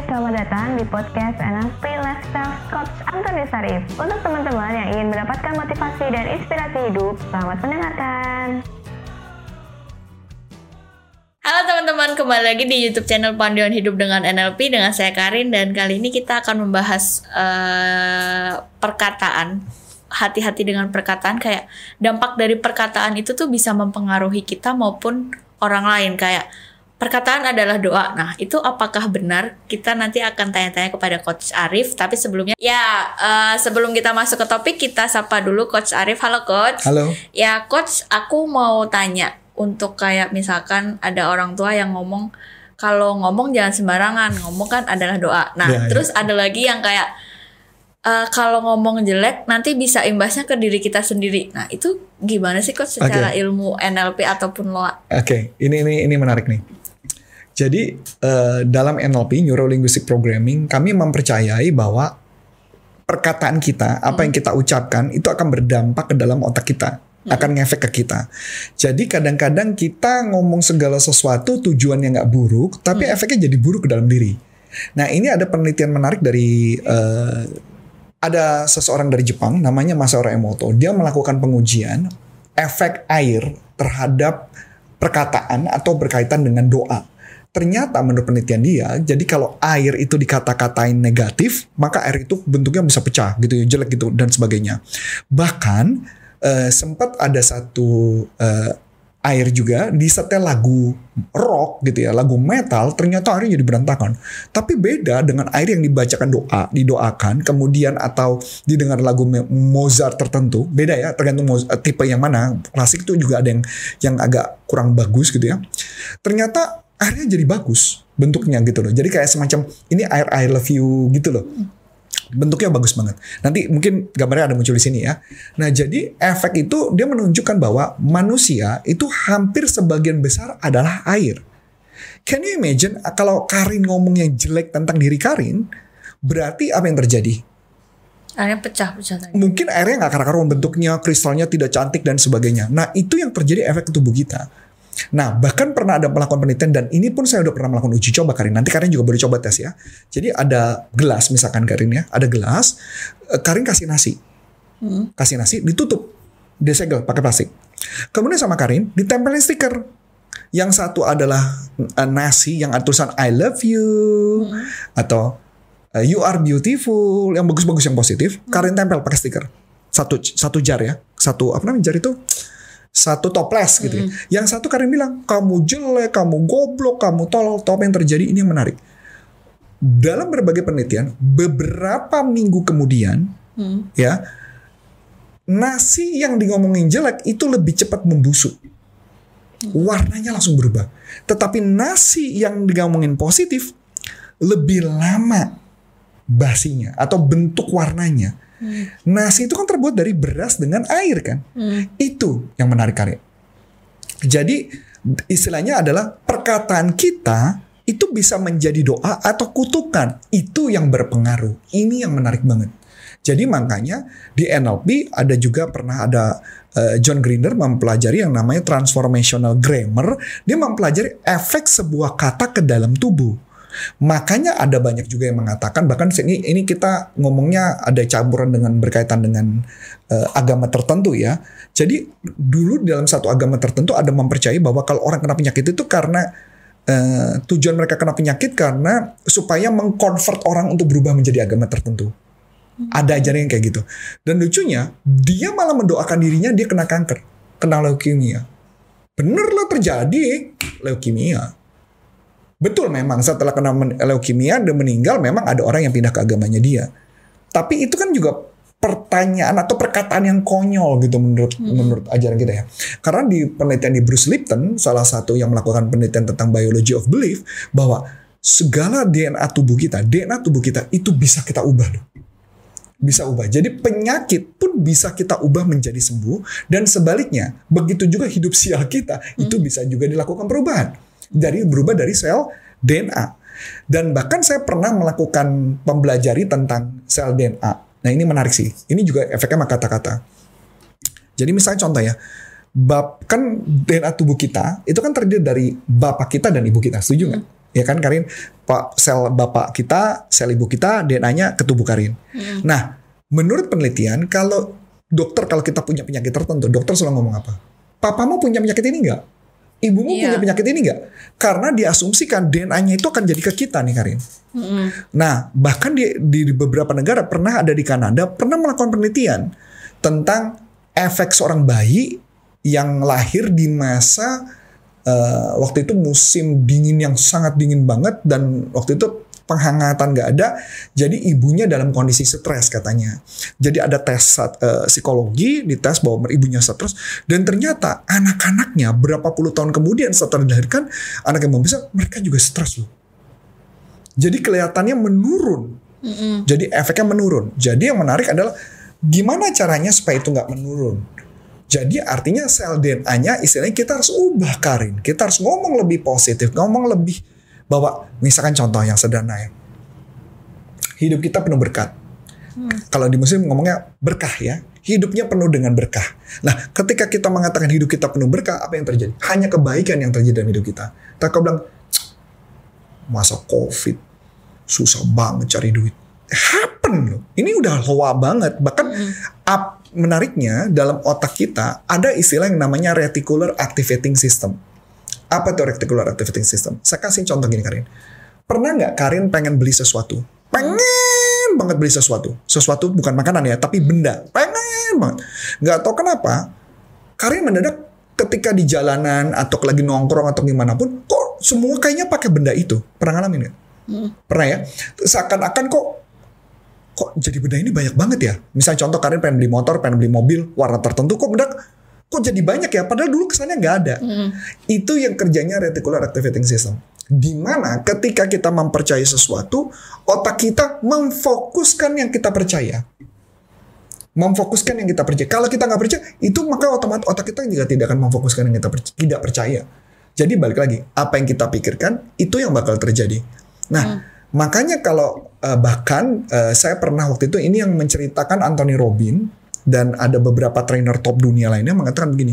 selamat datang di podcast NLP Lifestyle Coach Antoni Sarif. Untuk teman-teman yang ingin mendapatkan motivasi dan inspirasi hidup, selamat mendengarkan. Halo teman-teman, kembali lagi di YouTube channel Panduan Hidup dengan NLP dengan saya Karin, dan kali ini kita akan membahas perkataan. Hati-hati dengan perkataan, kayak dampak dari perkataan itu tuh bisa mempengaruhi kita maupun orang lain. Kayak perkataan adalah doa. Nah, itu apakah benar? Kita nanti akan tanya-tanya kepada Coach Arif. Tapi sebelumnya, sebelum kita masuk ke topik, kita sapa dulu Coach Arif. Halo Coach. Halo. Ya Coach, aku mau tanya. Untuk kayak misalkan ada orang tua yang ngomong, kalau ngomong jangan sembarangan, ngomong kan adalah doa. Nah, terus ada lagi yang kayak kalau ngomong jelek nanti bisa imbasnya ke diri kita sendiri. Nah, itu gimana sih Coach secara ilmu NLP ataupun LOA? Ini menarik nih. Jadi dalam NLP, Neuro Linguistic Programming, kami mempercayai bahwa perkataan kita, apa yang kita ucapkan itu akan berdampak ke dalam otak kita, akan ngefek ke kita. Jadi kadang-kadang kita ngomong segala sesuatu tujuannya nggak buruk, tapi efeknya jadi buruk ke dalam diri. Nah, ini ada penelitian menarik dari ada seseorang dari Jepang namanya Masaru Emoto. Dia melakukan pengujian efek air terhadap perkataan atau berkaitan dengan doa. Ternyata menurut penelitian dia, jadi kalau air itu dikata-katain negatif, maka air itu bentuknya bisa pecah gitu ya, jelek gitu dan sebagainya. Bahkan sempat ada satu air juga disetel lagu rock gitu ya, lagu metal, ternyata airnya jadi berantakan. Tapi beda dengan air yang dibacakan didoakan, kemudian atau didengar lagu Mozart tertentu, beda ya, tergantung tipe yang mana. Klasik itu juga ada yang agak kurang bagus gitu ya. Ternyata airnya jadi bagus bentuknya gitu loh. Jadi kayak semacam ini air I love you gitu loh. Bentuknya bagus banget. Nanti mungkin gambarnya ada muncul di sini ya. Nah, jadi efek itu dia menunjukkan bahwa manusia itu hampir sebagian besar adalah air. Can you imagine kalau Karin ngomong yang jelek tentang diri Karin, berarti apa yang terjadi? Airnya pecah tadi. Mungkin airnya nggak karu-karuan bentuknya, kristalnya tidak cantik dan sebagainya. Nah, itu yang terjadi efek ke tubuh kita. Nah, bahkan pernah ada melakukan penelitian, dan ini pun saya udah pernah melakukan uji coba Karin. Nanti Karin juga boleh coba tes ya. Jadi ada gelas misalkan Karin ya, ada gelas, Karin kasih nasi. Kasih nasi, ditutup, disegel pakai plastik. Kemudian sama Karin ditempelin stiker. Yang satu adalah nasi yang ada tulisan I love you atau you are beautiful, yang bagus-bagus, yang positif. Karin tempel pakai stiker. Satu jar ya. Satu apa namanya jar itu? Satu toples gitu ya. Yang satu Karin bilang, kamu jelek, kamu goblok, kamu tolol. Apa yang terjadi? Ini yang menarik. Dalam berbagai penelitian, beberapa minggu kemudian, ya, nasi yang ngomongin jelek itu lebih cepat membusuk. Warnanya langsung berubah. Tetapi nasi yang ngomongin positif lebih lama basinya atau bentuk warnanya. Nasi itu kan terbuat dari beras dengan air kan. Itu yang menarik Karin. Jadi istilahnya adalah perkataan kita itu bisa menjadi doa atau kutukan. Itu yang berpengaruh. Ini yang menarik banget. Jadi makanya di NLP pernah ada John Grinder mempelajari yang namanya transformational grammar. Dia mempelajari efek sebuah kata ke dalam tubuh. Makanya ada banyak juga yang mengatakan, bahkan ini kita ngomongnya ada campuran dengan berkaitan dengan agama tertentu ya. Jadi dulu dalam satu agama tertentu ada mempercayai bahwa kalau orang kena penyakit itu karena tujuan mereka kena penyakit karena supaya mengkonvert orang untuk berubah menjadi agama tertentu. Ada ajaran yang kayak gitu. Dan lucunya dia malah mendoakan dirinya dia kena kanker, kena leukemia. Bener loh, terjadi leukemia. Betul, memang setelah kena leukemia dan meninggal, memang ada orang yang pindah ke agamanya dia. Tapi itu kan juga pertanyaan atau perkataan yang konyol gitu menurut ajaran kita ya. Karena di penelitian di Bruce Lipton, salah satu yang melakukan penelitian tentang biology of belief, bahwa segala DNA tubuh kita itu bisa kita ubah loh. Bisa ubah. Jadi penyakit pun bisa kita ubah menjadi sembuh, dan sebaliknya, begitu juga hidup sial kita itu bisa juga dilakukan perubahan. Berubah dari sel DNA. Dan bahkan saya pernah melakukan mempelajari tentang sel DNA. Nah, ini menarik sih. Ini juga efeknya sama kata-kata. Jadi misalnya contoh ya, kan DNA tubuh kita itu kan terdiri dari bapak kita dan ibu kita, setuju nggak? Ya kan Karin, sel bapak kita, sel ibu kita DNA-nya ke tubuh Karin. Nah, menurut penelitian kalau kita punya penyakit tertentu, dokter selalu ngomong apa? Papamu punya penyakit ini enggak? Ibumu punya penyakit ini enggak? Karena diasumsikan DNA-nya itu akan jadi ke kita nih Karin. Nah, bahkan di beberapa negara pernah ada di Kanada, pernah melakukan penelitian tentang efek seorang bayi yang lahir di masa waktu itu musim dingin yang sangat dingin banget, dan waktu itu penghangatan gak ada, jadi ibunya dalam kondisi stres katanya. Jadi ada tes psikologi, dites bahwa ibunya stres, dan ternyata anak-anaknya berapa puluh tahun kemudian setelah dilahirkan, anak yang membesar, mereka juga stres loh. Jadi kelihatannya menurun. Jadi efeknya menurun. Jadi yang menarik adalah gimana caranya supaya itu gak menurun. Jadi artinya sel DNA-nya istilahnya kita harus ubah Karin. Kita harus ngomong lebih positif, ngomong lebih bahwa misalkan contoh yang sederhana ya. Hidup kita penuh berkat. Kalau di muslim ngomongnya berkah ya. Hidupnya penuh dengan berkah. Nah, ketika kita mengatakan hidup kita penuh berkah, apa yang terjadi? Hanya kebaikan yang terjadi dalam hidup kita. Tak kau bilang, masa COVID, susah banget cari duit. Happen loh. Ini udah loa banget. Bahkan menariknya dalam otak kita ada istilah yang namanya reticular activating system. Apa itu reticular activating system? Saya kasih contoh gini Karin. Pernah nggak Karin pengen beli sesuatu? Pengen banget beli sesuatu. Sesuatu bukan makanan ya, tapi benda. Pengen banget. Nggak tahu kenapa Karin mendadak ketika di jalanan atau lagi nongkrong atau gimana pun, kok semua kayaknya pakai benda itu. Pernah ngalamin nggak? Pernah ya? Seakan-akan kok jadi benda ini banyak banget ya. Misalnya contoh Karin pengen beli motor, pengen beli mobil warna tertentu, kok jadi banyak ya. Padahal dulu kesannya nggak ada. Itu yang kerjanya reticular activating system. Dimana ketika kita mempercayai sesuatu, otak kita memfokuskan yang kita percaya. Memfokuskan yang kita percaya. Kalau kita nggak percaya, itu maka otomatis otak kita juga tidak akan memfokuskan yang kita tidak percaya. Jadi balik lagi, apa yang kita pikirkan, itu yang bakal terjadi. Nah, makanya kalau bahkan saya pernah waktu itu ini yang menceritakan Anthony Robbins dan ada beberapa trainer top dunia lainnya mengatakan begini.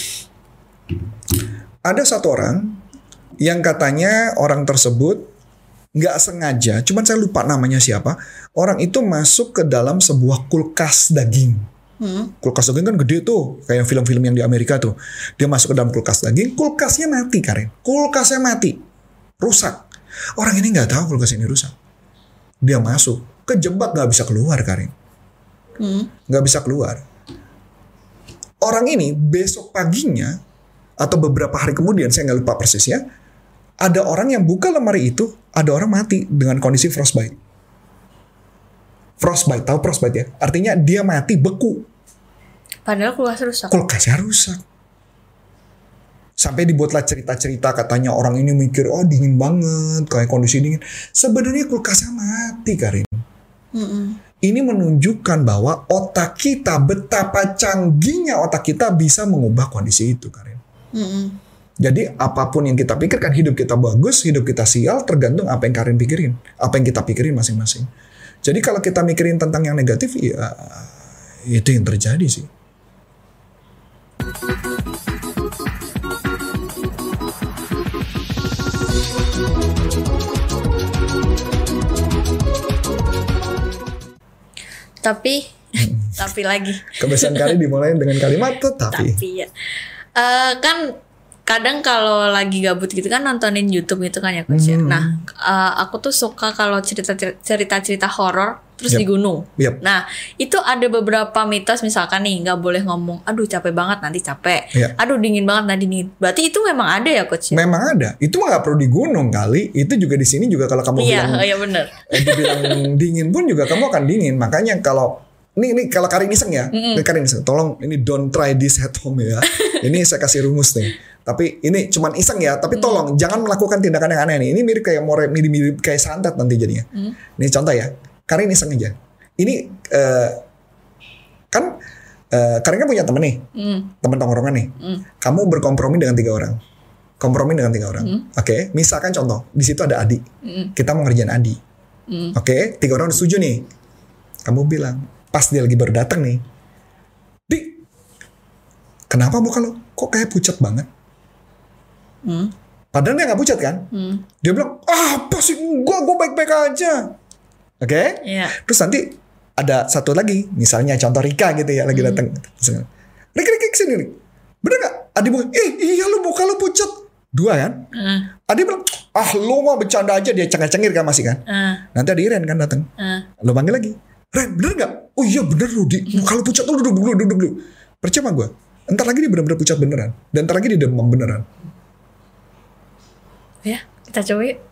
Ada satu orang yang katanya orang tersebut nggak sengaja, cuman saya lupa namanya siapa. Orang itu masuk ke dalam sebuah kulkas daging. Kulkas daging kan gede tuh, kayak film-film yang di Amerika tuh. Dia masuk ke dalam kulkas daging, kulkasnya mati Karin. Kulkasnya mati, rusak. Orang ini nggak tahu kulkas ini rusak. Dia masuk, kejebak nggak bisa keluar Karin. Nggak bisa keluar. Orang ini besok paginya atau beberapa hari kemudian, saya nggak lupa persisnya, ada orang yang buka lemari itu, ada orang mati dengan kondisi frostbite. Frostbite, tahu frostbite ya? Artinya dia mati beku. Padahal kulkasnya rusak. Kulkasnya rusak. Sampai dibuatlah cerita-cerita katanya orang ini mikir, oh dingin banget, kayak kondisi dingin. Sebenarnya kulkasnya mati Karin. Ini menunjukkan bahwa otak kita, betapa canggihnya otak kita bisa mengubah kondisi itu Karin. Jadi apapun yang kita pikirkan, hidup kita bagus, hidup kita sial, tergantung apa yang Karin pikirin. Apa yang kita pikirin masing-masing. Jadi kalau kita mikirin tentang yang negatif, ya itu yang terjadi sih. Tapi lagi. Kebiasaan kali dimulai dengan kalimat tetapi. Tapi ya. Kan kadang kalau lagi gabut gitu kan nontonin YouTube gitu kan ya Coach ya. Nah, aku tuh suka kalau cerita-cerita horor terus di gunung. Nah, itu ada beberapa mitos misalkan nih nggak boleh ngomong, aduh capek banget nanti capek. Aduh dingin banget nanti dingin. Berarti itu memang ada ya Coach? Memang ada. Itu mah nggak perlu di gunung kali. Itu juga di sini juga kalau kamu bilang. Iya benar. Dibilang dingin pun juga kamu akan dingin. Makanya kalau ini kalau Karin iseng ya, Karin iseng, tolong ini don't try this at home ya. Ini saya kasih rumus nih. Tapi ini cuman iseng ya. Tapi tolong jangan melakukan tindakan yang aneh nih. Ini mirip kayak mirip kayak santet nanti jadinya. Ini contoh ya. Karin iseng aja. Ini kan Karin kan punya temen nih, temen tongkrongan nih. Kamu berkompromi dengan 3 orang. Kompromi dengan 3 orang. Oke, misalkan contoh di situ ada Adi. Kita mau ngerjain Adi. Oke, 3 orang udah setuju nih. Kamu bilang pas dia lagi baru datang nih, Di, kenapa muka lo kok kayak pucat banget? Padahal dia nggak pucat kan? Dia bilang, apa sih? Gue baik-baik aja. Oke? Iya. Terus nanti ada satu lagi, misalnya contoh Rika gitu ya, lagi datang. Rika kesini nih. Bener gak? Adi bilang, iya lu muka lu pucat. 2 kan? Adi bilang, lu mau bercanda aja. Dia cengir-cengir kan masih kan? Nanti ada Iren kan datang. Lu panggil lagi, Ren bener gak? Oh iya bener lu, muka lu pucat. Lu duduk dulu. Percaya sama gue, entar lagi dia bener-bener pucat beneran. Dan entar lagi dia demam beneran. Ya, kita coba yuk.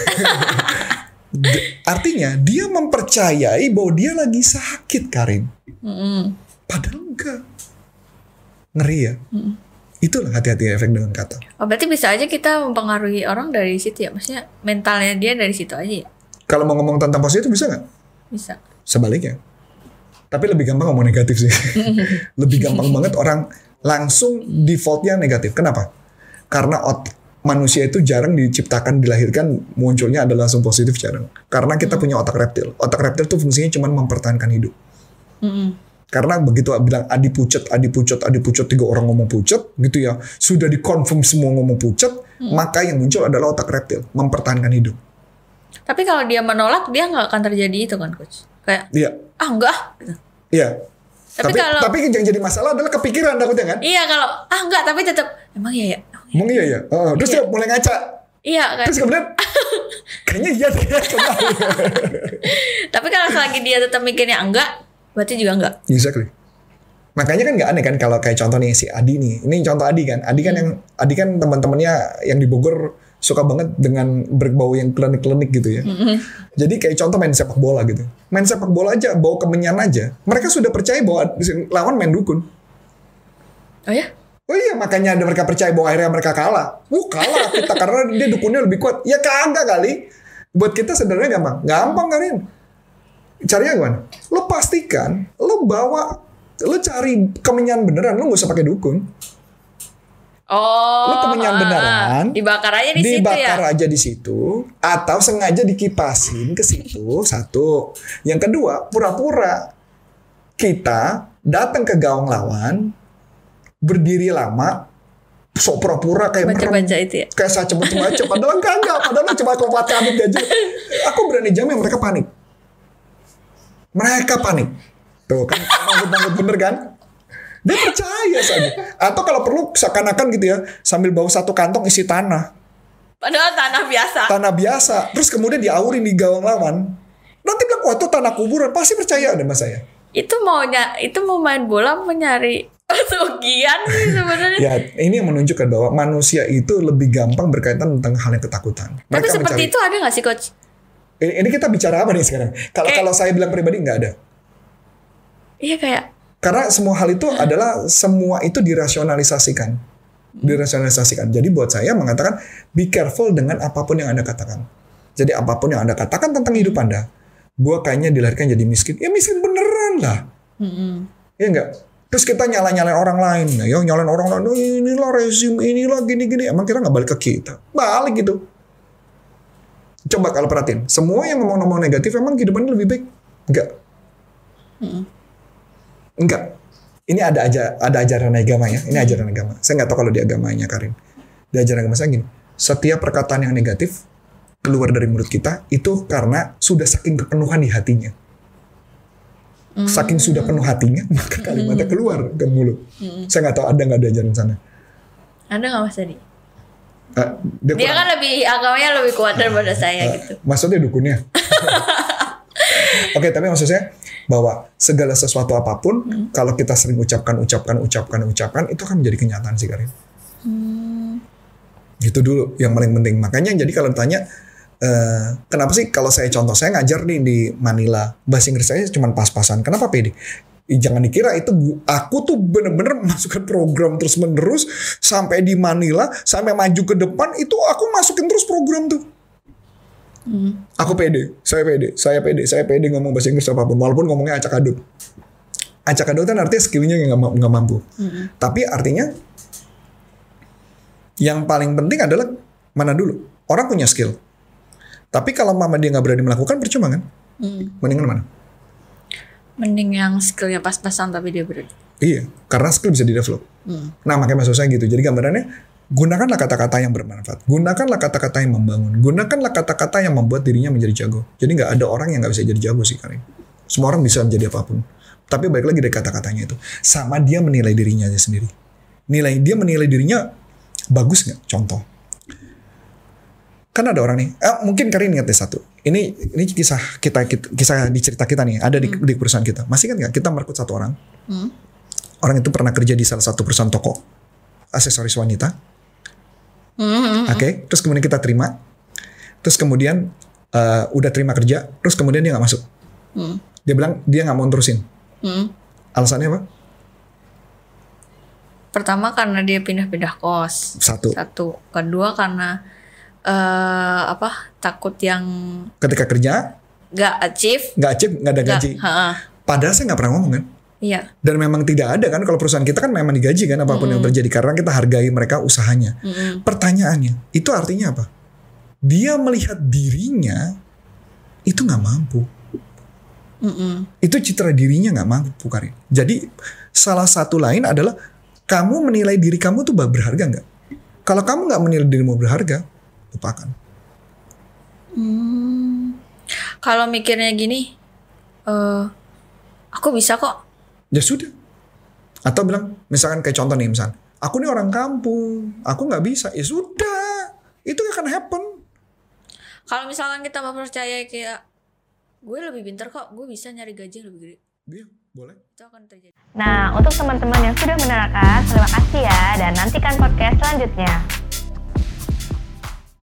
Artinya dia mempercayai bahwa dia lagi sakit, Karin. Padahal enggak. Ngeri ya. Itulah hati-hati efek dengan kata. Oh, berarti bisa aja kita mempengaruhi orang dari situ ya? Maksudnya mentalnya dia dari situ aja ya? Kalau mau ngomong tentang positif bisa gak? Bisa. Sebaliknya. Tapi lebih gampang ngomong negatif sih. Lebih gampang banget orang langsung defaultnya negatif. Kenapa? Karena manusia itu jarang diciptakan, dilahirkan munculnya adalah langsung positif, jarang. Karena kita punya otak reptil. Otak reptil tuh fungsinya cuma mempertahankan hidup. Karena begitu bilang Adi pucat, 3 orang ngomong pucat gitu ya, sudah dikonfirm semua ngomong pucat, maka yang muncul adalah otak reptil, mempertahankan hidup. Tapi kalau dia menolak, dia nggak akan terjadi itu kan, Coach? Kayak, enggak. Iya. Tapi yang jadi masalah adalah kepikiran takutnya kan? Iya, kalau enggak, tapi tetap emang iya ya. Emang iya ya. Terus dia mulai ngaca. Iya kan. Terus kemudian kayaknya iya deh. Tapi kalau selagi dia tetap mikirnya enggak, berarti juga enggak. Exactly. Makanya kan nggak aneh kan kalau kayak contoh nih si Adi nih. Ini contoh Adi kan. Adi kan teman-temannya yang di Bogor suka banget dengan berbau yang klinik-klinik gitu ya. Jadi kayak contoh main sepak bola gitu. Main sepak bola aja, bau kemenyan aja. Mereka sudah percaya bahwa lawan main dukun. Oh ya? Oh iya, makanya mereka percaya bahwa akhirnya mereka kalah. Kalah kita karena dia dukunnya lebih kuat. Ya kagak kali. Buat kita sebenarnya gampang. Gampang Karin. Caranya gimana? Lo pastikan, lo cari kemenyan beneran. Lo gak usah pakai dukun. Oh, lo kemenyan beneran, dibakar aja di situ ya. Dibakar aja di situ, atau sengaja dikipasin ke situ. Satu. Yang kedua, pura-pura kita datang ke gawang lawan, berdiri lama, sok pura-pura kayak baca-baca itu ya. Kayak saya baca, padahal enggak. Padahal cuma kompat kami aja. Aku berani jamin mereka panik. Tuh kan, banget bener kan? Dia percaya saja. Atau kalau perlu seakan-akan gitu ya, sambil bawa satu kantong isi tanah. Padahal tanah biasa. Terus kemudian diaurin di gawang lawan. Nanti bilang, wah itu tanah kuburan. Pasti percaya deh mas saya. Itu mau main bola, mau nyari pesugihan sih sebenarnya. Ya, ini yang menunjukkan bahwa manusia itu lebih gampang berkaitan tentang hal yang ketakutan. Tapi seperti itu ada nggak sih Coach? Ini kita bicara apa nih sekarang? Kalau saya bilang pribadi nggak ada. Iya kayak. Karena semua hal itu adalah semua itu dirasionalisasikan. Jadi buat saya mengatakan be careful dengan apapun yang Anda katakan. Jadi apapun yang Anda katakan tentang hidup Anda, gue kayaknya dilahirkan jadi miskin. Ya miskin beneran lah. Iya enggak? Terus kita nyalain orang lain. Nyalain orang lain. Oh, inilah rezim, inilah gini-gini. Emang kita nggak balik ke kita? Balik gitu. Coba kalau perhatiin. Semua yang ngomong-ngomong negatif emang kehidupannya lebih baik? Enggak. Enggak. Ini ada ajaran agama ya. Ini ajaran agama. Saya nggak tahu kalau di agamanya Karin. Di ajaran agama saya gini. Setiap perkataan yang negatif keluar dari mulut kita itu karena sudah saking kepenuhan di hatinya. Saking sudah penuh hatinya, maka kalimatnya keluar ke mulut. Saya nggak tahu ada nggak ada ajaran sana. Ada nggak Mas Adi? Dia kan agamanya lebih kuat daripada saya gitu. Maksudnya dukunnya. Oke, tapi maksud saya bahwa segala sesuatu apapun kalau kita sering ucapkan itu akan menjadi kenyataan sih Karin. Itu dulu yang paling penting. Makanya jadi kalau ditanya kenapa sih kalau saya contoh saya ngajar nih di Manila, bahasa Inggris saya cuma pas-pasan. Kenapa pede? Jangan dikira itu aku tuh bener-bener masukkan program terus menerus sampai di Manila, sampai maju ke depan itu aku masukin terus program tuh. Aku pede, saya pede ngomong bahasa Inggris apapun, walaupun ngomongnya acak-adut. Acak-adut kan artinya skillnya nggak mampu. Tapi artinya yang paling penting adalah mana dulu orang punya skill. Tapi kalau mama dia nggak berani melakukan percuma kan? Mendingan mana? Mending yang skillnya pas-pasan tapi dia berani. Iya, karena skill bisa di-develop. Nah makanya maksud saya gitu. Jadi gambarannya Gunakanlah kata-kata yang bermanfaat. Gunakanlah kata-kata yang membangun. Gunakanlah kata-kata yang membuat dirinya menjadi jago. Jadi nggak ada orang yang nggak bisa jadi jago sih Karin. Semua orang bisa menjadi apapun. Tapi balik lagi dari kata-katanya itu. Sama dia menilai dirinya aja sendiri. Dia menilai dirinya bagus nggak? Contoh. Kan ada orang nih. Mungkin Karin ingat deh satu. Ini kisah di cerita kita nih. Ada di perusahaan kita. Masih kan nggak? Kita merekrut satu orang. Orang itu pernah kerja di salah satu perusahaan toko aksesoris wanita. Oke, terus kemudian kita terima, terus kemudian udah terima kerja, terus kemudian dia nggak masuk. Dia bilang dia nggak mau terusin. Alasannya apa? Pertama karena dia pindah-pindah kos. Satu. Kedua karena takut yang ketika kerja nggak achieve, nggak ada gaji. Padahal saya nggak pernah ngomong kan. Iya. Dan memang tidak ada kan, kalau perusahaan kita kan memang digaji kan apapun yang terjadi karena kita hargai mereka usahanya. Pertanyaannya, itu artinya apa? Dia melihat dirinya itu nggak mampu. Itu citra dirinya nggak mampu Karin. Jadi salah satu lain adalah kamu menilai diri kamu tuh berharga nggak? Kalau kamu nggak menilai dirimu berharga, lupakan. Kalau mikirnya gini, aku bisa kok. Ya sudah. Atau bilang, misalkan kayak contoh nih, misalkan, aku nih orang kampung, aku nggak bisa. Ya sudah, itu gak akan happen. Kalau misalkan kita mempercayai kayak, gue lebih pintar kok, gue bisa nyari gaji yang lebih gede. Iya, boleh. Itu akan terjadi. Nah, untuk teman-teman yang sudah menerangkan, terima kasih ya, dan nantikan podcast selanjutnya.